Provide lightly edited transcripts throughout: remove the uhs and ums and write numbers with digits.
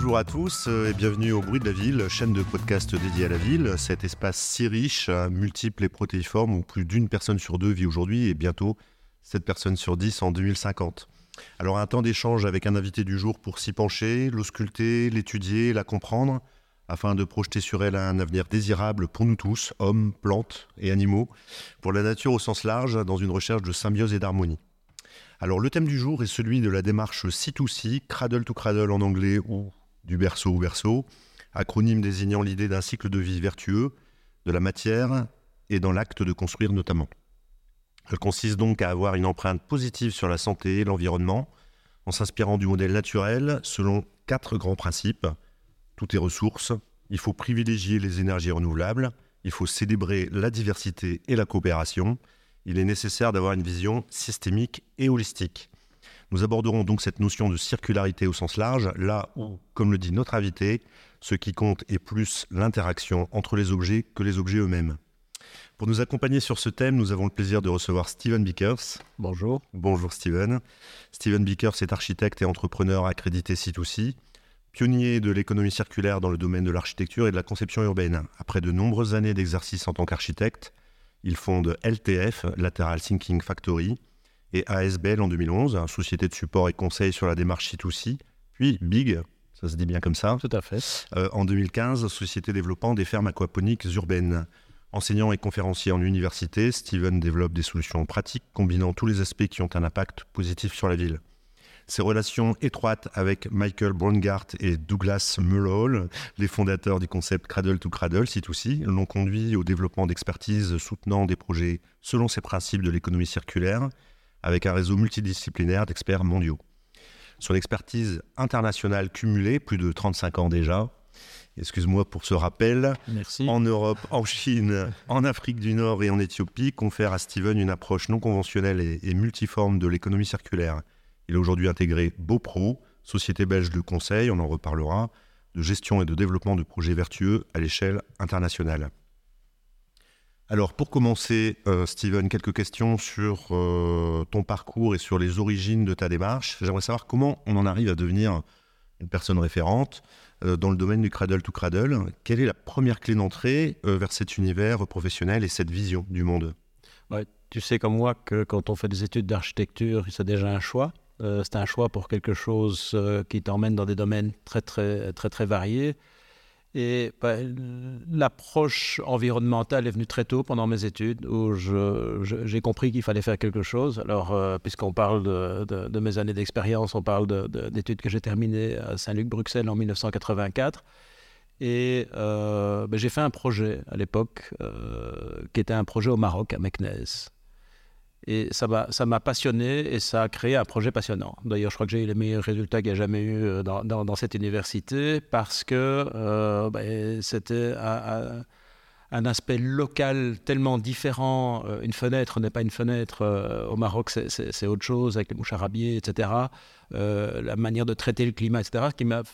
Bonjour à tous et bienvenue au Bruit de la Ville, chaîne de podcast dédiée à la ville. Cet espace si riche, multiple et protéiforme où plus d'une personne sur deux vit aujourd'hui et bientôt 7 personnes sur 10 en 2050. Alors un temps d'échange avec un invité du jour pour s'y pencher, l'ausculter, l'étudier, la comprendre, afin de projeter sur elle un avenir désirable pour nous tous, hommes, plantes et animaux, pour la nature au sens large, dans une recherche de symbiose et d'harmonie. Alors le thème du jour est celui de la démarche C2C, Cradle to Cradle en anglais ou du berceau au berceau, acronyme désignant l'idée d'un cycle de vie vertueux, de la matière et dans l'acte de construire notamment. Elle consiste donc à avoir une empreinte positive sur la santé et l'environnement, en s'inspirant du modèle naturel selon 4 grands principes. Tout est ressources, il faut privilégier les énergies renouvelables, il faut célébrer la diversité et la coopération, il est nécessaire d'avoir une vision systémique et holistique. Nous aborderons donc cette notion de circularité au sens large, là où, comme le dit notre invité, ce qui compte est plus l'interaction entre les objets que les objets eux-mêmes. Pour nous accompagner sur ce thème, nous avons le plaisir de recevoir Steven Bickers. Bonjour. Bonjour Steven. Steven Bickers est architecte et entrepreneur accrédité C2C, pionnier de l'économie circulaire dans le domaine de l'architecture et de la conception urbaine. Après de nombreuses années d'exercice en tant qu'architecte, il fonde LTF, Lateral Thinking Factory, et ASBL en 2011, société de support et conseil sur la démarche C2C, puis BIG, ça se dit bien comme ça. Tout à fait. En 2015, société développant des fermes aquaponiques urbaines. Enseignant et conférencier en université, Steven développe des solutions pratiques combinant tous les aspects qui ont un impact positif sur la ville. Ses relations étroites avec Michael Braungart et Douglas Mulhall, les fondateurs du concept Cradle to Cradle, C2C, l'ont conduit au développement d'expertise soutenant des projets selon ces principes de l'économie circulaire, avec un réseau multidisciplinaire d'experts mondiaux. Son expertise internationale cumulée, plus de 35 ans déjà, excuse-moi pour ce rappel, Merci. En Europe, en Chine, en Afrique du Nord et en Éthiopie, confère à Steven une approche non conventionnelle et multiforme de l'économie circulaire. Il a aujourd'hui intégré BoPro, société belge de conseil, on en reparlera, de gestion et de développement de projets vertueux à l'échelle internationale. Alors pour commencer, Steven, quelques questions sur ton parcours et sur les origines de ta démarche. J'aimerais savoir comment on en arrive à devenir une personne référente dans le domaine du Cradle to Cradle. Quelle est la première clé d'entrée vers cet univers professionnel et cette vision du monde ? Ouais, tu sais comme moi que quand on fait des études d'architecture, c'est déjà un choix. C'est un choix pour quelque chose qui t'emmène dans des domaines très variés. Et l'approche environnementale est venue très tôt pendant mes études, où j'ai compris qu'il fallait faire quelque chose. Alors, puisqu'on parle de mes années d'expérience, on parle d'études que j'ai terminées à Saint-Luc-Bruxelles en 1984. Et j'ai fait un projet à l'époque, qui était un projet au Maroc, à Meknès. Et ça m'a passionné et ça a créé un projet passionnant. D'ailleurs, je crois que j'ai eu les meilleurs résultats qu'il y a jamais eu dans cette université parce que c'était un aspect local tellement différent. Une fenêtre n'est pas une fenêtre. Au Maroc, c'est autre chose avec les mouches arabiées, etc. La manière de traiter le climat, etc. qui m'a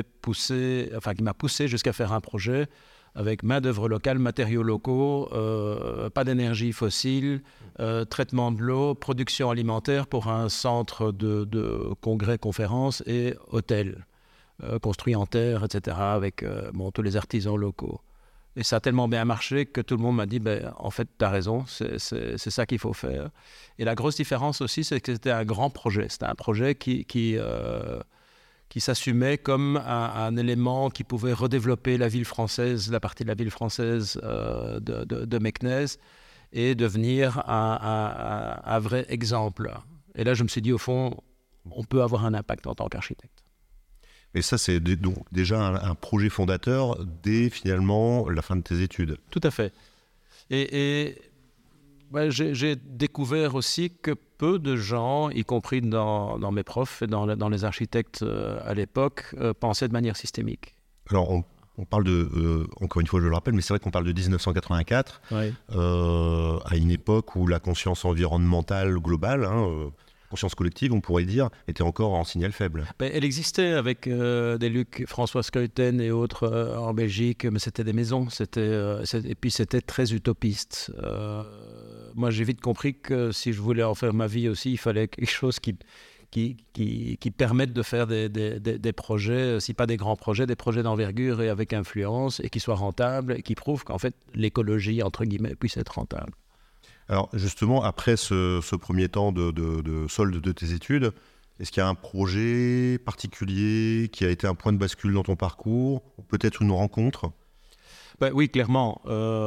poussé jusqu'à faire un projet avec main-d'œuvre locale, matériaux locaux, pas d'énergie fossile, traitement de l'eau, production alimentaire pour un centre de congrès, conférences et hôtel, construit en terre, etc., avec tous les artisans locaux. Et ça a tellement bien marché que tout le monde m'a dit en fait, tu as raison, c'est ça qu'il faut faire. Et la grosse différence aussi, c'est que c'était un grand projet. C'était un projet qui s'assumait comme un élément qui pouvait redévelopper la ville française, la partie de la ville française de Meknès, et devenir un vrai exemple. Et là, je me suis dit, au fond, on peut avoir un impact en tant qu'architecte. Et ça, c'est donc déjà un projet fondateur dès finalement la fin de tes études. Tout à fait. Et j'ai découvert aussi que peu de gens, y compris dans mes profs et dans les architectes à l'époque, pensaient de manière systémique. Alors, on parle encore une fois, je le rappelle, mais c'est vrai qu'on parle de 1984, Oui. À une époque où la conscience environnementale globale, conscience collective, on pourrait dire, était encore en signal faible. Elle existait avec des Luc, François Scheuten et autres en Belgique, mais c'était des maisons, et puis c'était très utopiste. Moi, j'ai vite compris que si je voulais en faire ma vie aussi, il fallait quelque chose qui qui permettent de faire des projets, si pas des grands projets, des projets d'envergure et avec influence et qui soient rentables et qui prouvent qu'en fait l'écologie, entre guillemets, puisse être rentable. Alors justement, après ce premier temps de solde de tes études, est-ce qu'il y a un projet particulier qui a été un point de bascule dans ton parcours, ou peut-être une rencontre ? Oui, clairement.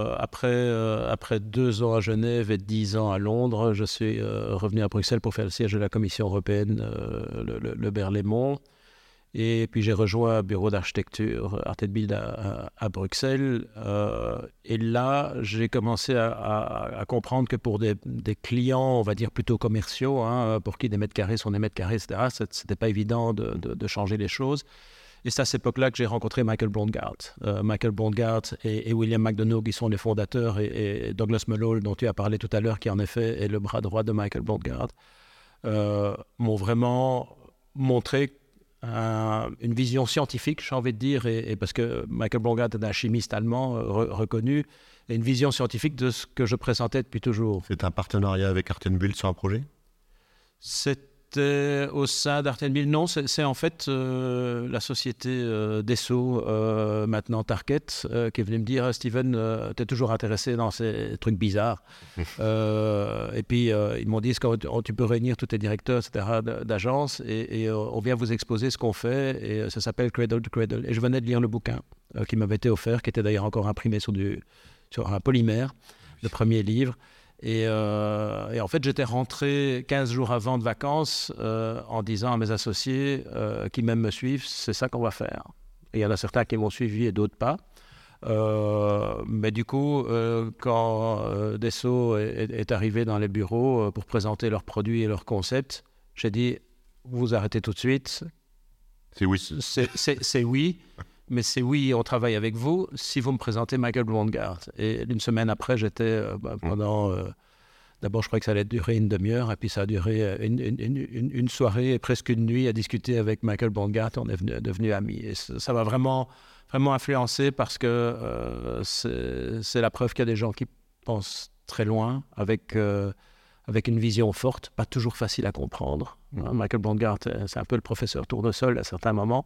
Après 2 ans à Genève et 10 ans à Londres, je suis revenu à Bruxelles pour faire le siège de la Commission européenne, le Berlaymont. Et puis j'ai rejoint un bureau d'architecture Art & Build à Bruxelles. Et là, j'ai commencé à comprendre que pour des clients, on va dire plutôt commerciaux, pour qui des mètres carrés sont des mètres carrés, etc., ce n'était pas évident de changer les choses. Et c'est à cette époque-là que j'ai rencontré Michael Braungart. Michael Braungart et William McDonough, qui sont les fondateurs, et Douglas Mulhall, dont tu as parlé tout à l'heure, qui en effet est le bras droit de Michael Braungart, m'ont vraiment montré une vision scientifique, j'ai envie de dire, et parce que Michael Braungart est un chimiste allemand reconnu, et une vision scientifique de ce que je pressentais depuis toujours. C'est un partenariat avec Art & Build sur un projet ? C'était au sein d'Art & Build. Non, c'est en fait la société Dessau, maintenant Target, qui est venue me dire « Steven, tu es toujours intéressé dans ces trucs bizarres. » Et puis, ils m'ont dit « Est-ce que tu peux réunir tous tes directeurs, etc., d'agences et on vient vous exposer ce qu'on fait. » Et ça s'appelle Cradle to Cradle. Et je venais de lire le bouquin qui m'avait été offert, qui était d'ailleurs encore imprimé sur un polymère, le premier livre. Et en fait, j'étais rentré 15 jours avant de vacances en disant à mes associés qui même me suivent, c'est ça qu'on va faire. Et il y en a certains qui m'ont suivi et d'autres pas. Mais du coup, quand Dessau est arrivé dans les bureaux pour présenter leurs produits et leurs concepts, j'ai dit, vous arrêtez tout de suite. C'est oui. C'est oui. Mais c'est oui, on travaille avec vous si vous me présentez Michael Braungart. Et une semaine après, j'étais pendant... D'abord, je croyais que ça allait durer une demi-heure, et puis ça a duré une soirée et presque une nuit à discuter avec Michael Braungart. On est devenus amis. Et ça m'a vraiment influencé parce que c'est la preuve qu'il y a des gens qui pensent très loin, avec une vision forte, pas toujours facile à comprendre. Michael Braungart, c'est un peu le professeur Tournesol à certains moments.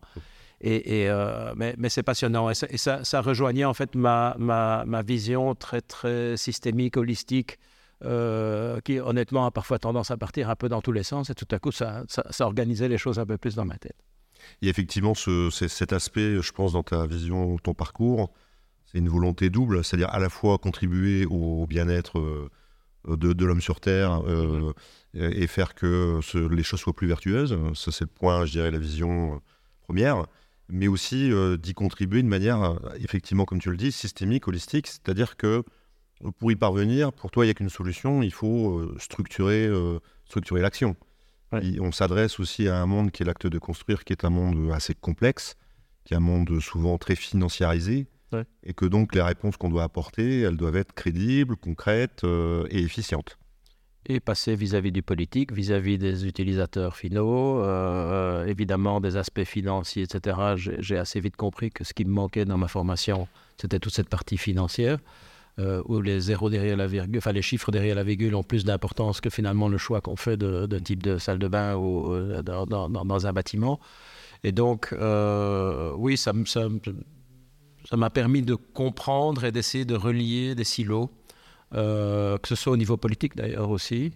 Mais c'est passionnant et ça rejoignait en fait ma vision très très systémique, holistique, qui honnêtement a parfois tendance à partir un peu dans tous les sens, et tout à coup ça organisait les choses un peu plus dans ma tête. Et effectivement, cet aspect, je pense, dans ta vision, ton parcours, c'est une volonté double, c'est-à-dire à la fois contribuer au bien-être de l'homme sur Terre et faire que les choses soient plus vertueuses. Ça, c'est le point, je dirais, la vision première, mais aussi d'y contribuer de manière, effectivement, comme tu le dis, systémique, holistique, c'est-à-dire que pour y parvenir, pour toi, il n'y a qu'une solution, il faut structurer l'action. Ouais. On s'adresse aussi à un monde qui est l'acte de construire, qui est un monde assez complexe, qui est un monde souvent très financiarisé, ouais. Et que donc les réponses qu'on doit apporter, elles doivent être crédibles, concrètes et efficientes. Et passer vis-à-vis du politique, vis-à-vis des utilisateurs finaux, évidemment des aspects financiers, etc. J'ai assez vite compris que ce qui me manquait dans ma formation, c'était toute cette partie financière, où les zéros derrière la virgule, enfin les chiffres derrière la virgule ont plus d'importance que finalement le choix qu'on fait de type de salle de bain ou dans un bâtiment. Et donc, oui, ça m'a permis de comprendre et d'essayer de relier des silos. Que ce soit au niveau politique d'ailleurs aussi.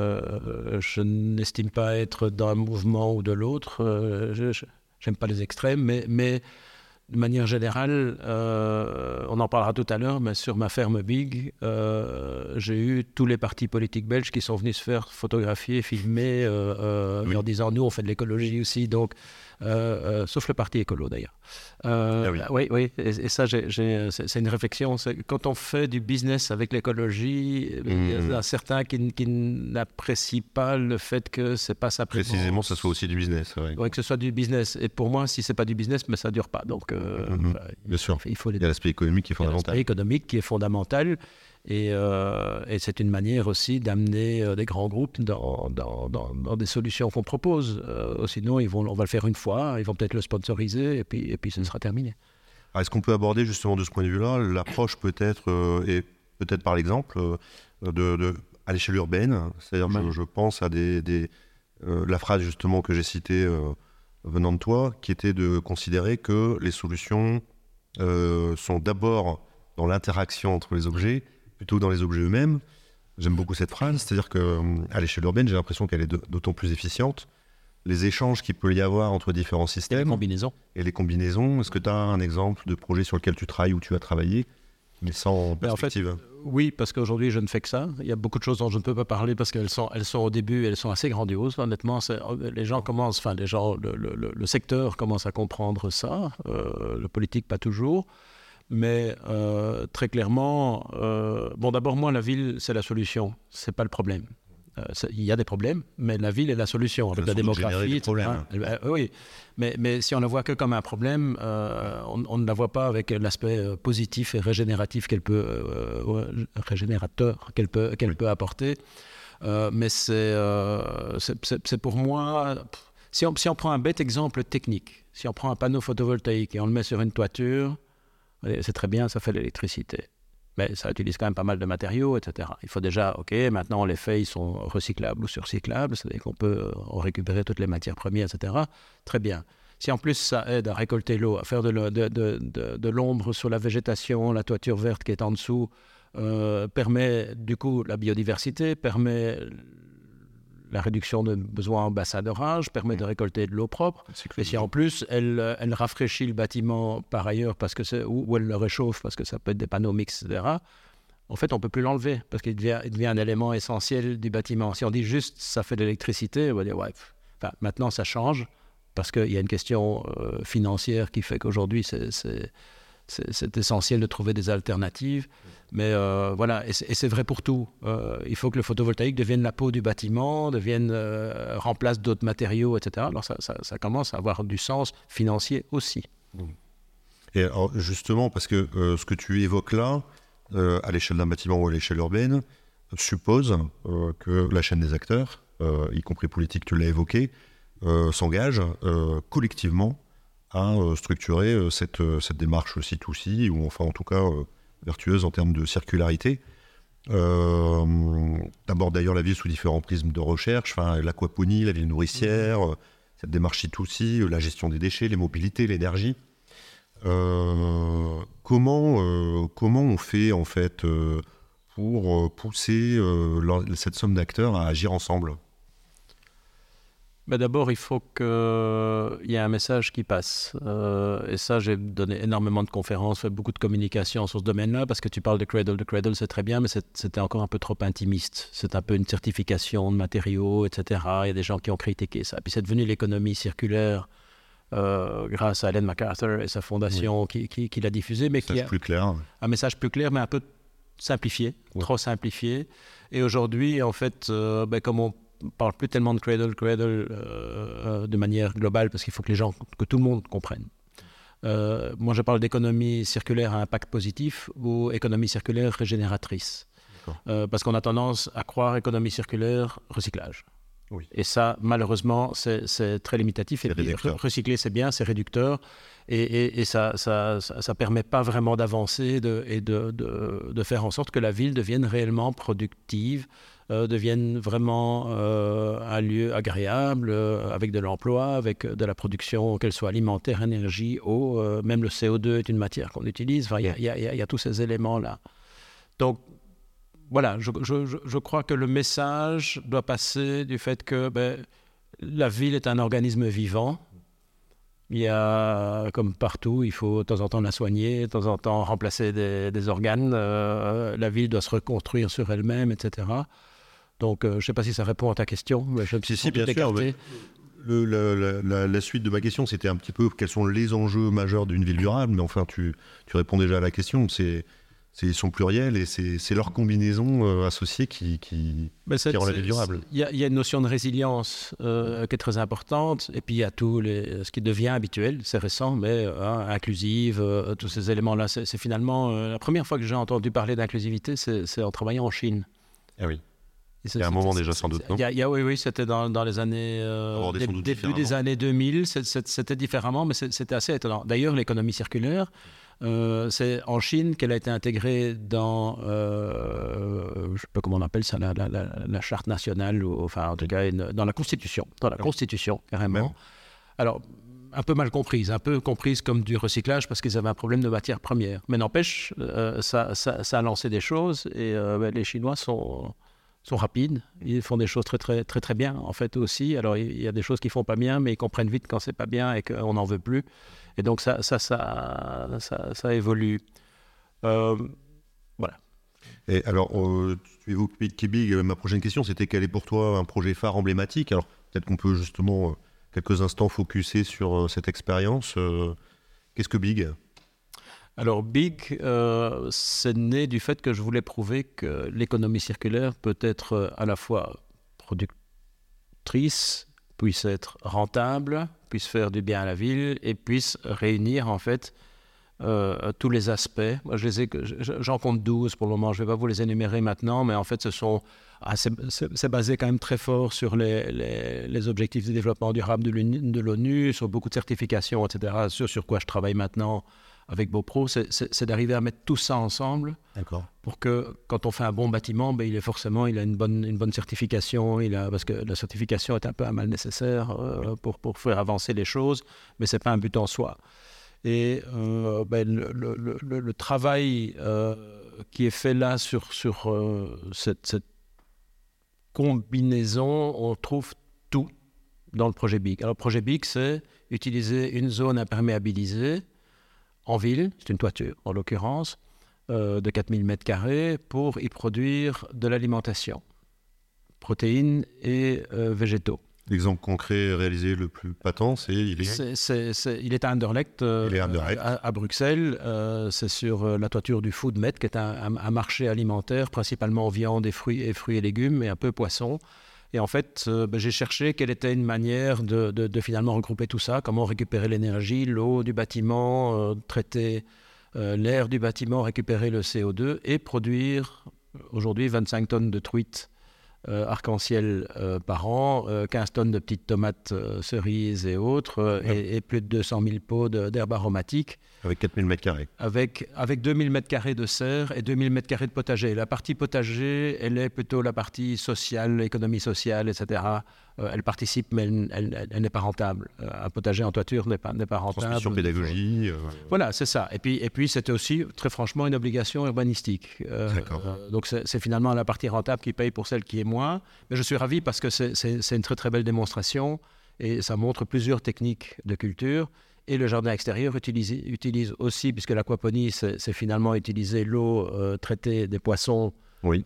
Je n'estime pas être d'un mouvement ou de l'autre. J'aime pas les extrêmes, mais de manière générale, on en parlera tout à l'heure, mais sur ma ferme Big, j'ai eu tous les partis politiques belges qui sont venus se faire photographier, filmer, oui. En disant nous on fait de l'écologie aussi, donc sauf le parti écolo d'ailleurs. Oui, et ça c'est une réflexion. Quand on fait du business avec l'écologie, il y a certains qui n'apprécient pas le fait que c'est pas ça. Précisément, ça soit aussi du business. Oui, que ce soit du business. Et pour moi, si c'est pas du business, mais ça dure pas. Donc, bien sûr. Il y a l'aspect économique qui est fondamental. L'aspect économique qui est fondamental. Et c'est une manière aussi d'amener des grands groupes dans des solutions qu'on propose. Sinon, on va le faire une fois, ils vont peut-être le sponsoriser et puis ce sera terminé. Alors, est-ce qu'on peut aborder justement de ce point de vue-là l'approche peut-être, et peut-être par l'exemple, à l'échelle urbaine, c'est-à-dire je pense à des la phrase justement que j'ai citée venant de toi, qui était de considérer que les solutions sont d'abord dans l'interaction entre les objets, plutôt que dans les objets eux-mêmes. J'aime beaucoup cette phrase, c'est-à-dire qu'à l'échelle urbaine, j'ai l'impression qu'elle est d'autant plus efficiente. Les échanges qu'il peut y avoir entre différents systèmes. Et les combinaisons. Est-ce que tu as un exemple de projet sur lequel tu travailles ou tu as travaillé, mais sans perspective? En fait, oui, parce qu'aujourd'hui, je ne fais que ça. Il y a beaucoup de choses dont je ne peux pas parler parce qu'elles sont au début, elles sont assez grandioses. Honnêtement, le secteur commence à comprendre ça. Le politique, pas toujours. Mais très clairement, d'abord, moi, la ville, c'est la solution. C'est pas le problème. Il y a des problèmes, mais la ville est la solution. Avec la démographie, oui. Mais si on ne la voit que comme un problème, on ne la voit pas avec l'aspect positif et régénérateur qu'elle peut apporter. Mais c'est pour moi... Si on prend un bête exemple technique, si on prend un panneau photovoltaïque et on le met sur une toiture, c'est très bien, ça fait de l'électricité. Mais ça utilise quand même pas mal de matériaux, etc. Il faut déjà, maintenant les feuilles sont recyclables ou surcyclables, c'est-à-dire qu'on peut en récupérer toutes les matières premières, etc. Très bien. Si en plus ça aide à récolter l'eau, à faire de l'ombre sur la végétation, la toiture verte qui est en dessous, permet du coup la biodiversité, permet la réduction de besoins en bassin d'orage, permet de récolter de l'eau propre. Et si en plus, elle rafraîchit le bâtiment par ailleurs, ou elle le réchauffe, parce que ça peut être des panneaux mixtes, etc., en fait, on ne peut plus l'enlever, parce qu'il devient un élément essentiel du bâtiment. Si on dit juste ça fait de l'électricité, on va dire maintenant ça change, parce qu'il y a une question financière qui fait qu'aujourd'hui, c'est essentiel de trouver des alternatives. Mais voilà, et c'est vrai pour tout. Il faut que le photovoltaïque devienne la peau du bâtiment, remplace d'autres matériaux, etc. Alors ça commence à avoir du sens financier aussi. Et alors justement, parce que ce que tu évoques là, à l'échelle d'un bâtiment ou à l'échelle urbaine, suppose que la chaîne des acteurs, y compris politique, tu l'as évoqué, s'engage collectivement à structurer cette démarche C2C, ou enfin en tout cas vertueuse en termes de circularité. D'abord d'ailleurs la ville sous différents prismes de recherche, l'aquaponie, la ville nourricière, cette démarche C2C, la gestion des déchets, les mobilités, l'énergie. Comment on fait en fait pour pousser cette somme d'acteurs à agir ensemble? D'abord, il faut qu'il y ait un message qui passe. Et ça, j'ai donné énormément de conférences, fait beaucoup de communication sur ce domaine-là, parce que tu parles de cradle. De cradle, c'est très bien, mais c'était encore un peu trop intimiste. C'est un peu une certification de matériaux, etc. Il y a des gens qui ont critiqué ça. Puis c'est devenu l'économie circulaire grâce à Ellen MacArthur et sa fondation qui l'a diffusé. Mais un message plus clair, mais un peu simplifié, trop simplifié. Et aujourd'hui, en fait, comme on ne parle plus tellement de cradle de manière globale, parce qu'il faut que tout le monde comprenne. Moi, je parle d'économie circulaire à impact positif ou économie circulaire régénératrice. Parce qu'on a tendance à croire économie circulaire, recyclage. Oui. Et ça, malheureusement, c'est très limitatif. Et recycler, c'est bien, c'est réducteur. Et ça ne permet pas vraiment d'avancer et de faire en sorte que la ville devienne réellement productive, devienne vraiment un lieu agréable, avec de l'emploi, avec de la production, qu'elle soit alimentaire, énergie, eau. Même le CO2 est une matière qu'on utilise. Enfin, il y a tous ces éléments-là. Donc, voilà, je crois que le message doit passer du fait que la ville est un organisme vivant. Il y a, comme partout, il faut de temps en temps la soigner, de temps en temps remplacer des organes. La ville doit se reconstruire sur elle-même, etc. Donc, je ne sais pas si ça répond à ta question. Mais si, bien sûr. La suite de ma question, c'était un petit peu quels sont les enjeux majeurs d'une ville durable. Mais enfin, tu réponds déjà à la question. Ils sont pluriels et c'est leur combinaison associée qui rend la vie durable. Il y a une notion de résilience qui est très importante, et puis il y a ce qui devient habituel, c'est récent, mais inclusive, tous ces éléments-là. C'est finalement la première fois que j'ai entendu parler d'inclusivité, c'est en travaillant en Chine. Ah oui. Il y a un moment déjà sans doute, non ? Oui, c'était dans les années début des années 2000, c'était différemment, mais c'était assez étonnant. D'ailleurs, l'économie circulaire, C'est en Chine qu'elle a été intégrée dans, je ne sais pas comment on appelle ça, la charte nationale, ou, enfin en tout cas dans la Constitution, carrément. Même. Alors, un peu mal comprise, comme du recyclage parce qu'ils avaient un problème de matières premières. Mais n'empêche, ça a lancé des choses et les Chinois sont rapides. Ils font des choses très, très, très, très bien, en fait, aussi. Alors, il y a des choses qu'ils font pas bien, mais ils comprennent vite quand c'est pas bien et qu'on n'en veut plus. Et donc, ça évolue. Voilà. Et alors, tu évoques Kebig. Ma prochaine question, c'était quel est pour toi un projet phare emblématique? Alors, peut-être qu'on peut justement quelques instants focuser sur cette expérience. Qu'est-ce que Big? Alors, Big, c'est né du fait que je voulais prouver que l'économie circulaire peut être à la fois productrice, puisse être rentable, puisse faire du bien à la ville et puisse réunir en fait tous les aspects. Moi, j'en compte 12 pour le moment, je ne vais pas vous les énumérer maintenant, mais en fait, c'est basé quand même très fort sur les objectifs de développement durable de l'ONU, sur beaucoup de certifications, etc. Sur quoi je travaille maintenant avec BoPro, c'est d'arriver à mettre tout ça ensemble. D'accord. Pour que quand on fait un bon bâtiment, il a une bonne certification, parce que la certification est un peu un mal nécessaire pour faire avancer les choses, mais ce n'est pas un but en soi. Et le travail qui est fait là sur cette combinaison, on trouve tout dans le projet BIG. Alors, le projet BIG, c'est utiliser une zone imperméabilisée en ville, c'est une toiture en l'occurrence, de 4000 m² pour y produire de l'alimentation, protéines et végétaux. L'exemple concret réalisé le plus patent, il est à Anderlecht, à Bruxelles. C'est sur la toiture du FoodMed, qui est un marché alimentaire, principalement viande et fruits et légumes, et un peu poisson. Et en fait, j'ai cherché quelle était une manière de finalement regrouper tout ça, comment récupérer l'énergie, l'eau du bâtiment, traiter l'air du bâtiment, récupérer le CO2 et produire aujourd'hui 25 tonnes de truites arc-en-ciel par an, 15 tonnes de petites tomates cerises et autres, et plus de 200 000 pots d'herbes aromatiques. Avec 4000 m². Avec 2000 m² de serre et 2000 m² de potager. La partie potager, elle est plutôt la partie sociale, économie sociale, etc. Elle participe, mais elle n'est pas rentable. Un potager en toiture n'est pas rentable. Transmission, pédagogie. Voilà, c'est ça. Et puis, c'était aussi, très franchement, une obligation urbanistique. Donc, c'est finalement la partie rentable qui paye pour celle qui est moins. Mais je suis ravi parce que c'est une très, très belle démonstration et ça montre plusieurs techniques de culture. Et le jardin extérieur utilise aussi, puisque l'aquaponie, c'est finalement utiliser l'eau traitée des poissons. Oui.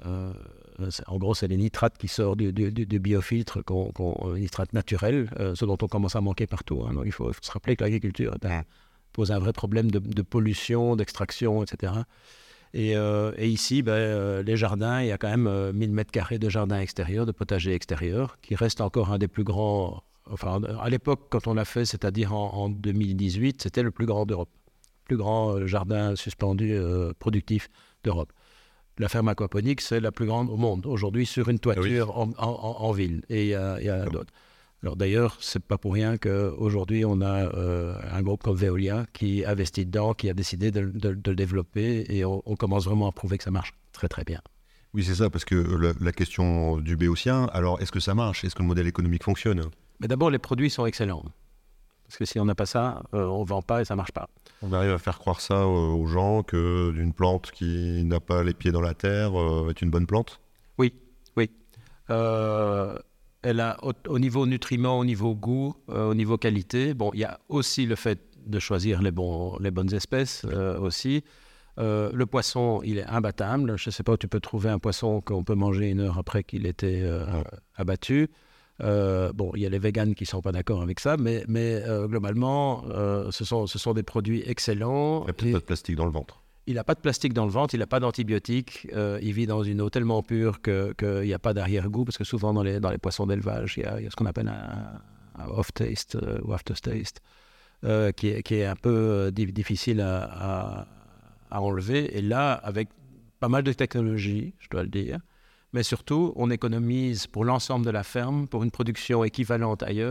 En gros, c'est les nitrates qui sortent du biofiltre, nitrates naturels, ce dont on commence à manquer partout. Donc, il faut se rappeler que l'agriculture pose un vrai problème de pollution, d'extraction, etc. Et ici, les jardins, il y a quand même 1000 m² de jardin extérieur, de potager extérieur, qui reste encore un des plus grands. Enfin, à l'époque, quand on l'a fait, c'est-à-dire en 2018, c'était le plus grand d'Europe. Le plus grand jardin suspendu productif d'Europe. La ferme aquaponique, c'est la plus grande au monde, aujourd'hui, sur une toiture en ville. Et il y a d'autres. Alors d'ailleurs, ce n'est pas pour rien qu'aujourd'hui, on a un groupe comme Veolia qui investit dedans, qui a décidé de le développer, et on commence vraiment à prouver que ça marche très, très bien. Oui, c'est ça, parce que la question du béotien, alors est-ce que ça marche? Est-ce que le modèle économique fonctionne? Mais d'abord, les produits sont excellents. Parce que si on n'a pas ça, on ne vend pas et ça ne marche pas. On arrive à faire croire ça aux gens qu'une plante qui n'a pas les pieds dans la terre est une bonne plante? Oui. Elle a, au niveau nutriments, au niveau goût, au niveau qualité, il y a aussi le fait de choisir les bonnes espèces aussi. Le poisson, il est imbattable. Je ne sais pas où tu peux trouver un poisson qu'on peut manger 1 heure après qu'il était abattu. Il y a les véganes qui ne sont pas d'accord avec ça, mais globalement, ce sont des produits excellents. Il n'y a peut-être pas de plastique dans le ventre. Il n'a pas de plastique dans le ventre, il n'a pas d'antibiotiques, il vit dans une eau tellement pure qu'il n'y a pas d'arrière-goût, parce que souvent dans les poissons d'élevage, il y a ce qu'on appelle un off-taste ou aftertaste, qui est un peu difficile à enlever. Et là, avec pas mal de technologie, je dois le dire, mais surtout, on économise pour l'ensemble de la ferme, pour une production équivalente ailleurs,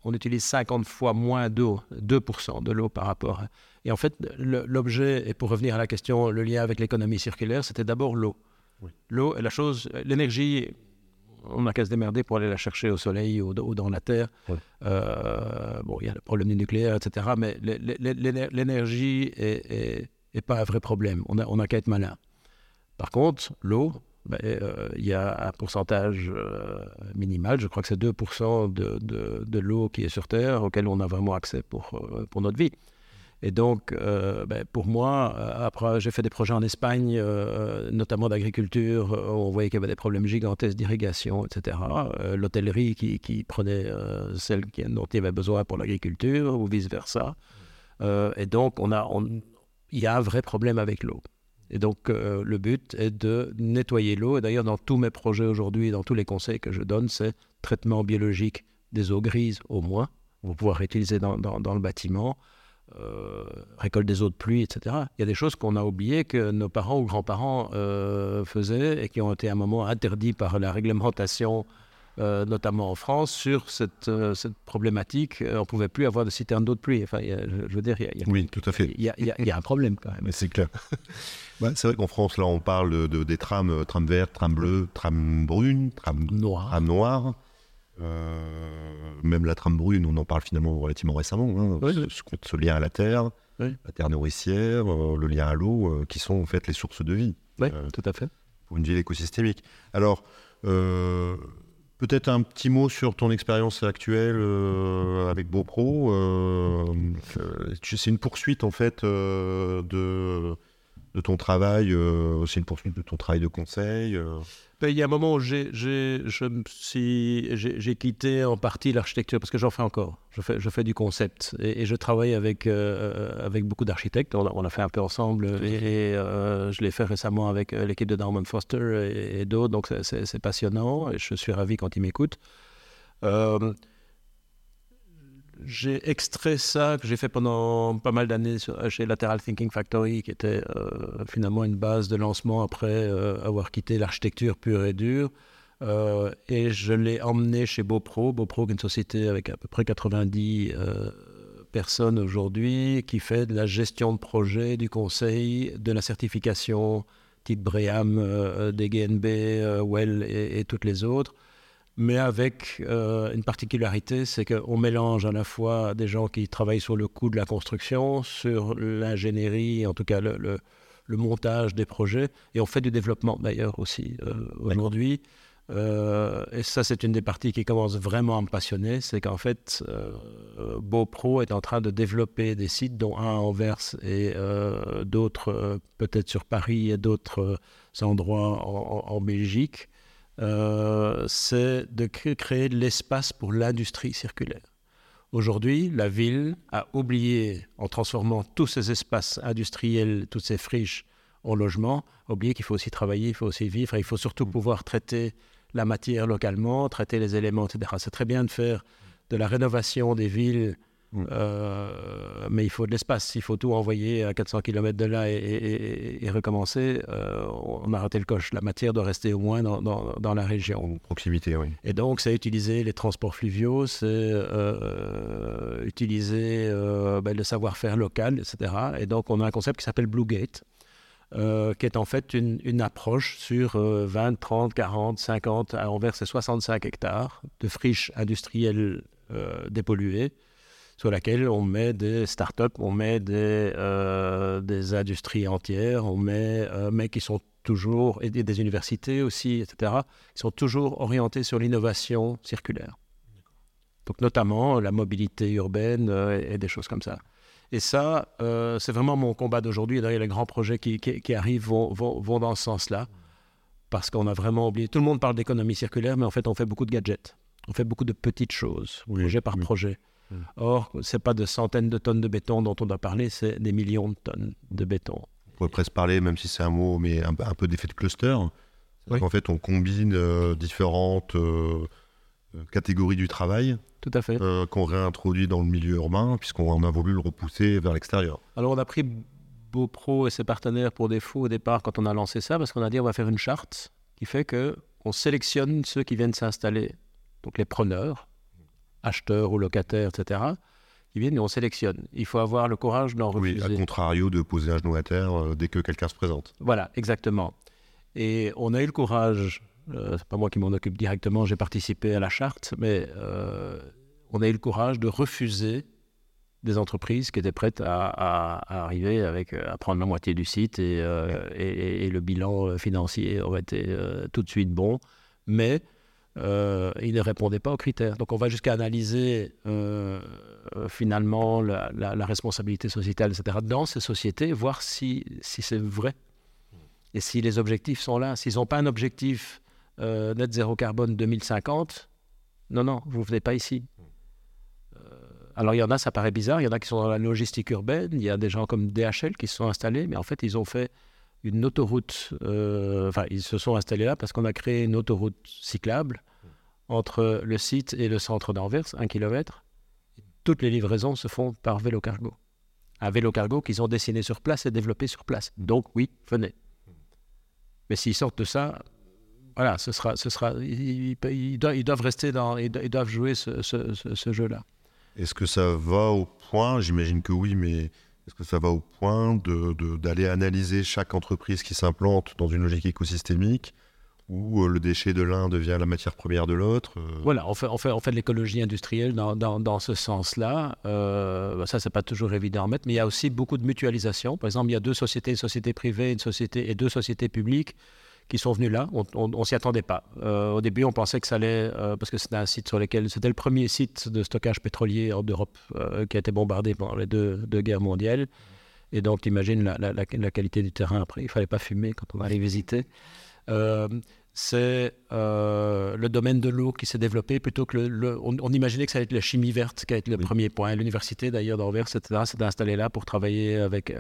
on utilise 50 fois moins d'eau, 2% de l'eau par rapport. Et en fait, l'objet, et pour revenir à la question, le lien avec l'économie circulaire, c'était d'abord l'eau. Oui. L'eau est la chose, l'énergie, on n'a qu'à se démerder pour aller la chercher au soleil ou dans la terre. Oui. Il y a le problème du nucléaire, etc. Mais l'énergie n'est pas un vrai problème. On n'a qu'à être malin. Par contre, l'eau, il y a un pourcentage minimal, je crois que c'est 2% de l'eau qui est sur Terre, auquel on a vraiment accès pour notre vie. Et donc, pour moi, après, j'ai fait des projets en Espagne, notamment d'agriculture, où on voyait qu'il y avait des problèmes gigantesques d'irrigation, etc. L'hôtellerie qui prenait celle dont il y avait besoin pour l'agriculture, ou vice-versa. Et donc, il y a un vrai problème avec l'eau. Et donc, le but est de nettoyer l'eau. Et d'ailleurs, dans tous mes projets aujourd'hui, dans tous les conseils que je donne, c'est traitement biologique des eaux grises au moins, pour pouvoir réutiliser dans le bâtiment, récolte des eaux de pluie, etc. Il y a des choses qu'on a oubliées que nos parents ou grands-parents faisaient et qui ont été à un moment interdits par la réglementation, notamment en France, sur cette problématique. On ne pouvait plus avoir de citernes d'eau de pluie. Enfin, je veux dire, oui, tout à fait. Il y a un problème quand même. Mais c'est clair. C'est vrai qu'en France, là, on parle des trams vertes, trams bleues, trams brunes, trams noires. Même la trame brune, on en parle finalement relativement récemment. Oui. Ce lien à la terre, oui. La terre nourricière, le lien à l'eau, qui sont en fait les sources de vie. Oui, tout à fait. Pour une ville écosystémique. Alors, peut-être un petit mot sur ton expérience actuelle avec BoPro. C'est une poursuite en fait de ton travail, c'est une poursuite de ton travail de conseil. Il y a un moment où j'ai quitté en partie l'architecture, parce que j'en fais encore. Je fais du concept et je travaille avec beaucoup d'architectes. On a fait un peu ensemble et je l'ai fait récemment avec l'équipe de Norman Foster et d'autres. Donc c'est passionnant et je suis ravi quand ils m'écoutent. J'ai extrait ça, que j'ai fait pendant pas mal d'années chez Lateral Thinking Factory, qui était finalement une base de lancement après avoir quitté l'architecture pure et dure. Et je l'ai emmené chez BoPro. BoPro, qui est une société avec à peu près 90 personnes aujourd'hui, qui fait de la gestion de projet, du conseil, de la certification, type BREEAM, DGNB, WELL et toutes les autres. Mais avec une particularité, c'est qu'on mélange à la fois des gens qui travaillent sur le coût de la construction, sur l'ingénierie, en tout cas le montage des projets, et on fait du développement d'ailleurs aussi aujourd'hui. Et ça, c'est une des parties qui commence vraiment à me passionner, c'est qu'en fait, BoPro est en train de développer des sites, dont un à Anvers et d'autres peut-être sur Paris et d'autres endroits en Belgique. C'est de créer de l'espace pour l'industrie circulaire. Aujourd'hui, la ville a oublié, en transformant tous ces espaces industriels, toutes ces friches en logements, oublié qu'il faut aussi travailler, il faut aussi vivre, et il faut surtout pouvoir traiter la matière localement, traiter les éléments, etc. C'est très bien de faire de la rénovation des villes, mais il faut de l'espace. Il faut tout envoyer à 400 km de là et recommencer. On a raté le coche. La matière doit rester au moins dans la région. En proximité, oui. Et donc, c'est utiliser les transports fluviaux, c'est utiliser le savoir-faire local, etc. Et donc, on a un concept qui s'appelle Blue Gate, qui est en fait une approche sur 20, 30, 40, 50, à Anvers, c'est 65 hectares de friches industrielles dépolluées, sur laquelle on met des startups, on met des industries entières, on met, mais qui sont toujours, et des universités aussi, etc., qui sont toujours orientées sur l'innovation circulaire. Donc notamment la mobilité urbaine et des choses comme ça. Et ça, c'est vraiment mon combat d'aujourd'hui. Et d'ailleurs, les grands projets qui arrivent vont dans ce sens-là, parce qu'on a vraiment oublié. Tout le monde parle d'économie circulaire, mais en fait, on fait beaucoup de gadgets. On fait beaucoup de petites choses, projet par projet. Or, ce n'est pas de centaines de tonnes de béton dont on doit parler, c'est des millions de tonnes de béton. On pourrait presque parler, même si c'est un mot, mais un peu d'effet de cluster. Oui. En fait, on combine différentes catégories du travail. Tout à fait. Qu'on réintroduit dans le milieu urbain, puisqu'on a voulu le repousser vers l'extérieur. Alors, on a pris BoPro et ses partenaires pour défaut au départ quand on a lancé ça, parce qu'on a dit on va faire une charte qui fait qu'on sélectionne ceux qui viennent s'installer, donc les preneurs, acheteurs ou locataires, etc., qui viennent et on sélectionne. Il faut avoir le courage d'en refuser. Oui, à contrario de poser un genou à terre dès que quelqu'un se présente. Voilà, exactement. Et on a eu le courage, c'est pas moi qui m'en occupe directement, j'ai participé à la charte, mais on a eu le courage de refuser des entreprises qui étaient prêtes à arriver à prendre la moitié du site et le bilan financier aurait été tout de suite bon, mais ils ne répondaient pas aux critères. Donc on va jusqu'à analyser finalement la responsabilité sociétale, etc., dans ces sociétés, voir si c'est vrai et si les objectifs sont là. S'ils n'ont pas un objectif net zéro carbone 2050, non, vous ne venez pas ici. Alors, il y en a, ça paraît bizarre, il y en a qui sont dans la logistique urbaine, il y a des gens comme DHL qui se sont installés, mais en fait, ils ont fait une autoroute, ils se sont installés là parce qu'on a créé une autoroute cyclable entre le site et le centre d'Anvers, 1 kilomètre. Toutes les livraisons se font par vélo-cargo. Un vélo-cargo qu'ils ont dessiné sur place et développé sur place. Donc, oui, venez. Mais s'ils sortent de ça, voilà, ils doivent rester ils doivent jouer ce jeu-là. Est-ce que ça va au point, j'imagine que oui, mais est-ce que ça va au point d'aller analyser chaque entreprise qui s'implante dans une logique écosystémique où le déchet de l'un devient la matière première de l'autre Voilà, on fait de l'écologie industrielle dans ce sens-là. Ça, c'est pas toujours évident à mettre, mais il y a aussi beaucoup de mutualisation. Par exemple, il y a deux sociétés, une société privée et deux sociétés publiques qui sont venus là. On s'y attendait pas. Au début, on pensait que ça allait, parce que c'était un site c'était le premier site de stockage pétrolier en Europe qui a été bombardé pendant les deux guerres mondiales. Et donc, tu imagines la qualité du terrain après. Il fallait pas fumer quand on allait visiter. C'est le domaine de l'eau qui s'est développé plutôt que on imaginait que ça allait être la chimie verte qui allait être le premier point. L'université d'ailleurs d'Anvers s'était installée là pour travailler avec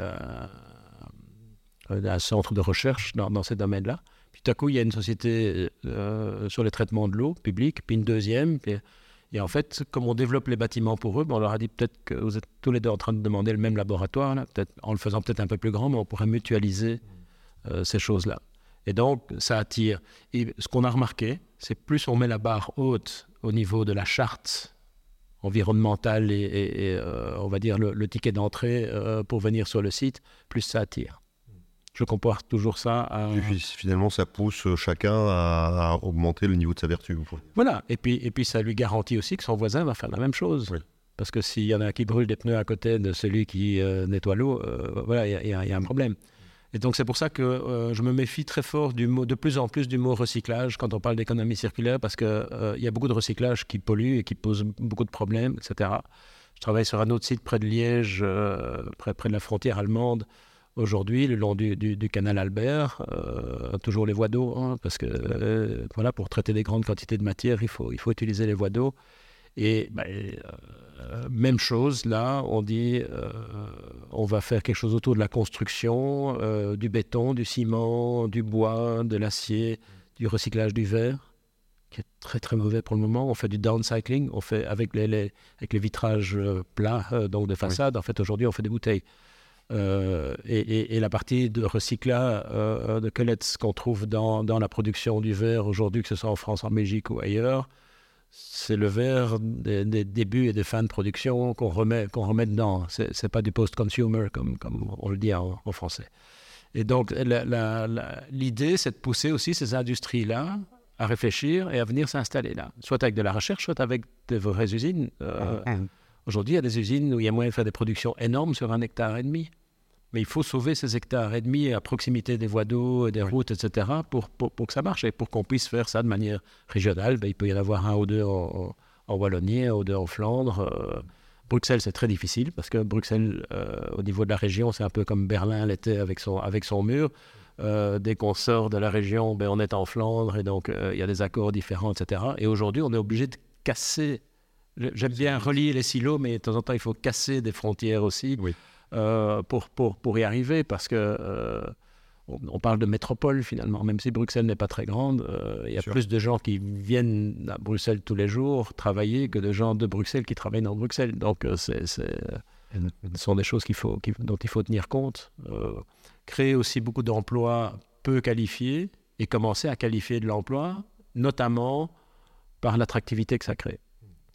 un centre de recherche dans ces domaines-là. Puis tout à coup, il y a une société sur les traitements de l'eau publique, puis une deuxième. Et en fait, comme on développe les bâtiments pour eux, on leur a dit peut-être que vous êtes tous les deux en train de demander le même laboratoire, là, peut-être, en le faisant peut-être un peu plus grand, mais on pourrait mutualiser ces choses-là. Et donc, ça attire. Et ce qu'on a remarqué, c'est plus on met la barre haute au niveau de la charte environnementale et on va dire le ticket d'entrée pour venir sur le site, plus ça attire. Je compare toujours ça à... Et puis finalement, ça pousse chacun à augmenter le niveau de sa vertu. Voilà, et puis ça lui garantit aussi que son voisin va faire la même chose. Oui. Parce que s'il y en a qui brûle des pneus à côté de celui qui nettoie l'eau, voilà, il y a un problème. Et donc c'est pour ça que je me méfie très fort de plus en plus du mot recyclage quand on parle d'économie circulaire, parce qu'il y a beaucoup de recyclage qui pollue et qui pose beaucoup de problèmes, etc. Je travaille sur un autre site près de Liège, près de la frontière allemande, aujourd'hui, le long du canal Albert, toujours les voies d'eau, hein, parce que voilà, pour traiter des grandes quantités de matière, il faut utiliser les voies d'eau. Et même chose, là, on dit on va faire quelque chose autour de la construction, du béton, du ciment, du bois, de l'acier, du recyclage du verre, qui est très très mauvais pour le moment. On fait du downcycling, on fait avec les vitrages plats, donc de façade. Oui. En fait, aujourd'hui, on fait des bouteilles. Et la partie de recyclage de cullets qu'on trouve dans la production du verre aujourd'hui, que ce soit en France, en Belgique ou ailleurs, c'est le verre des débuts et des fins de production qu'on remet dedans. C'est pas du post-consumer comme on le dit en français. Et donc l'idée, c'est de pousser aussi ces industries-là à réfléchir et à venir s'installer là, soit avec de la recherche, soit avec de vraies usines. Aujourd'hui, il y a des usines où il y a moyen de faire des productions énormes sur 1,5 hectare. Mais il faut sauver ces 1,5 hectares à proximité des voies d'eau, des routes, etc. pour que ça marche et pour qu'on puisse faire ça de manière régionale. Il peut y en avoir 1 ou 2 en Wallonie, 1 ou 2 en Flandre. Bruxelles, c'est très difficile parce que Bruxelles, au niveau de la région, c'est un peu comme Berlin l'était avec son mur. Dès qu'on sort de la région, on est en Flandre et donc il y a des accords différents, etc. Et aujourd'hui, on est obligé de casser. J'aime bien relier les silos, mais de temps en temps, il faut casser des frontières aussi. Oui. Pour y arriver, parce que on parle de métropole finalement, même si Bruxelles n'est pas très grande, il y a plus de gens qui viennent à Bruxelles tous les jours travailler que de gens de Bruxelles qui travaillent dans Bruxelles. Donc ce sont des choses dont il faut tenir compte. Créer aussi beaucoup d'emplois peu qualifiés et commencer à qualifier de l'emploi, notamment par l'attractivité que ça crée.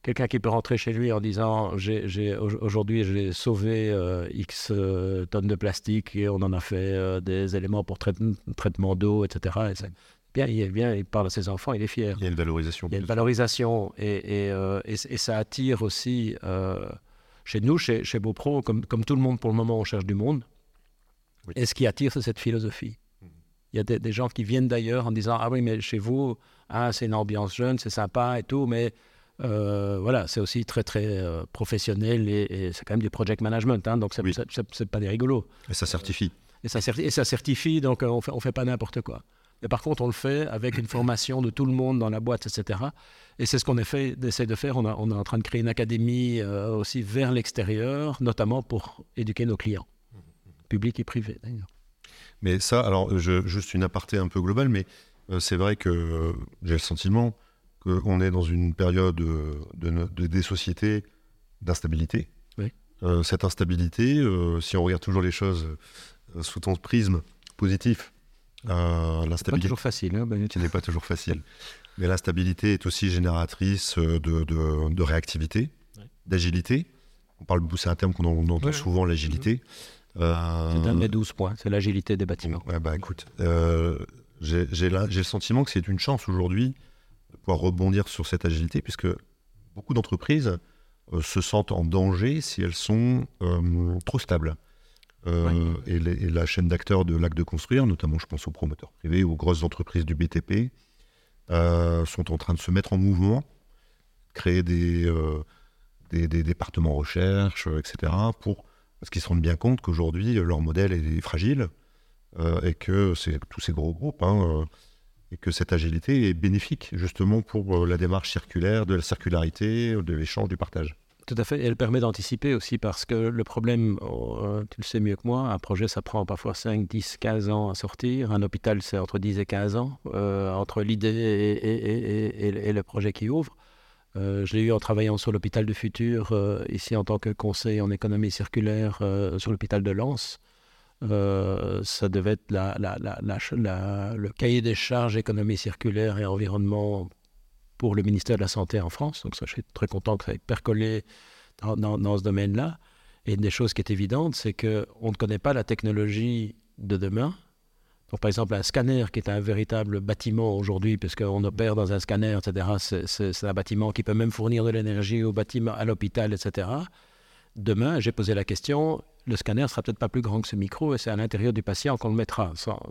quelqu'un qui peut rentrer chez lui en disant aujourd'hui j'ai sauvé X tonnes de plastique et on en a fait des éléments pour traitement d'eau, etc. Et c'est bien, il parle à ses enfants, il est fier. Il y a une valorisation. Il y a une valorisation et ça attire aussi chez nous, chez Beaupro, comme tout le monde pour le moment, on cherche du monde. Oui. Et ce qui attire, c'est cette philosophie. Il y a des gens qui viennent d'ailleurs en disant « Ah oui, mais chez vous, c'est une ambiance jeune, c'est sympa et tout, mais voilà, c'est aussi très, très professionnel et c'est quand même du project management, hein, donc c'est pas des rigolos. » Et ça certifie. Et ça certifie, donc on fait pas n'importe quoi. Mais par contre, on le fait avec une formation de tout le monde dans la boîte, etc. Et c'est ce qu'on essaie de faire. On est en train de créer une académie aussi vers l'extérieur, notamment pour éduquer nos clients, publics et privés d'ailleurs. Mais ça, alors, juste une aparté un peu globale, mais c'est vrai que j'ai le sentiment qu'on est dans une période des sociétés d'instabilité. Oui. Cette instabilité, si on regarde toujours les choses sous ton prisme positif, l'instabilité... C'est pas toujours facile. Hein, qui n'est pas toujours facile. Mais l'instabilité est aussi génératrice de réactivité, d'agilité. C'est un terme qu'on entend souvent, l'agilité. C'est un de mes 12 points, c'est l'agilité des bâtiments. Ouais, écoute, j'ai le sentiment que c'est une chance aujourd'hui de pouvoir rebondir sur cette agilité, puisque beaucoup d'entreprises se sentent en danger si elles sont trop stables. Et la chaîne d'acteurs de l'acte de construire, notamment je pense aux promoteurs privés, aux grosses entreprises du BTP, sont en train de se mettre en mouvement, créer des départements recherche, etc., parce qu'ils se rendent bien compte qu'aujourd'hui, leur modèle est fragile et que c'est tous ces gros groupes, et que cette agilité est bénéfique justement pour la démarche circulaire, de la circularité, de l'échange, du partage. Tout à fait, et elle permet d'anticiper aussi parce que le problème, tu le sais mieux que moi, un projet ça prend parfois 5, 10, 15 ans à sortir, un hôpital c'est entre 10 et 15 ans, entre l'idée et le projet qui ouvre. Je l'ai eu en travaillant sur l'hôpital du futur, ici en tant que conseiller en économie circulaire sur l'hôpital de Lens. Ça devait être le cahier des charges économie circulaire et environnement pour le ministère de la Santé en France. Donc ça, je suis très content que ça ait percolé dans ce domaine-là. Et une des choses qui est évidente, c'est qu'on ne connaît pas la technologie de demain. Donc, par exemple, un scanner qui est un véritable bâtiment aujourd'hui, puisqu'on opère dans un scanner, etc., c'est un bâtiment qui peut même fournir de l'énergie au bâtiment, à l'hôpital, etc. Demain, j'ai posé la question, le scanner ne sera peut-être pas plus grand que ce micro et c'est à l'intérieur du patient qu'on le mettra.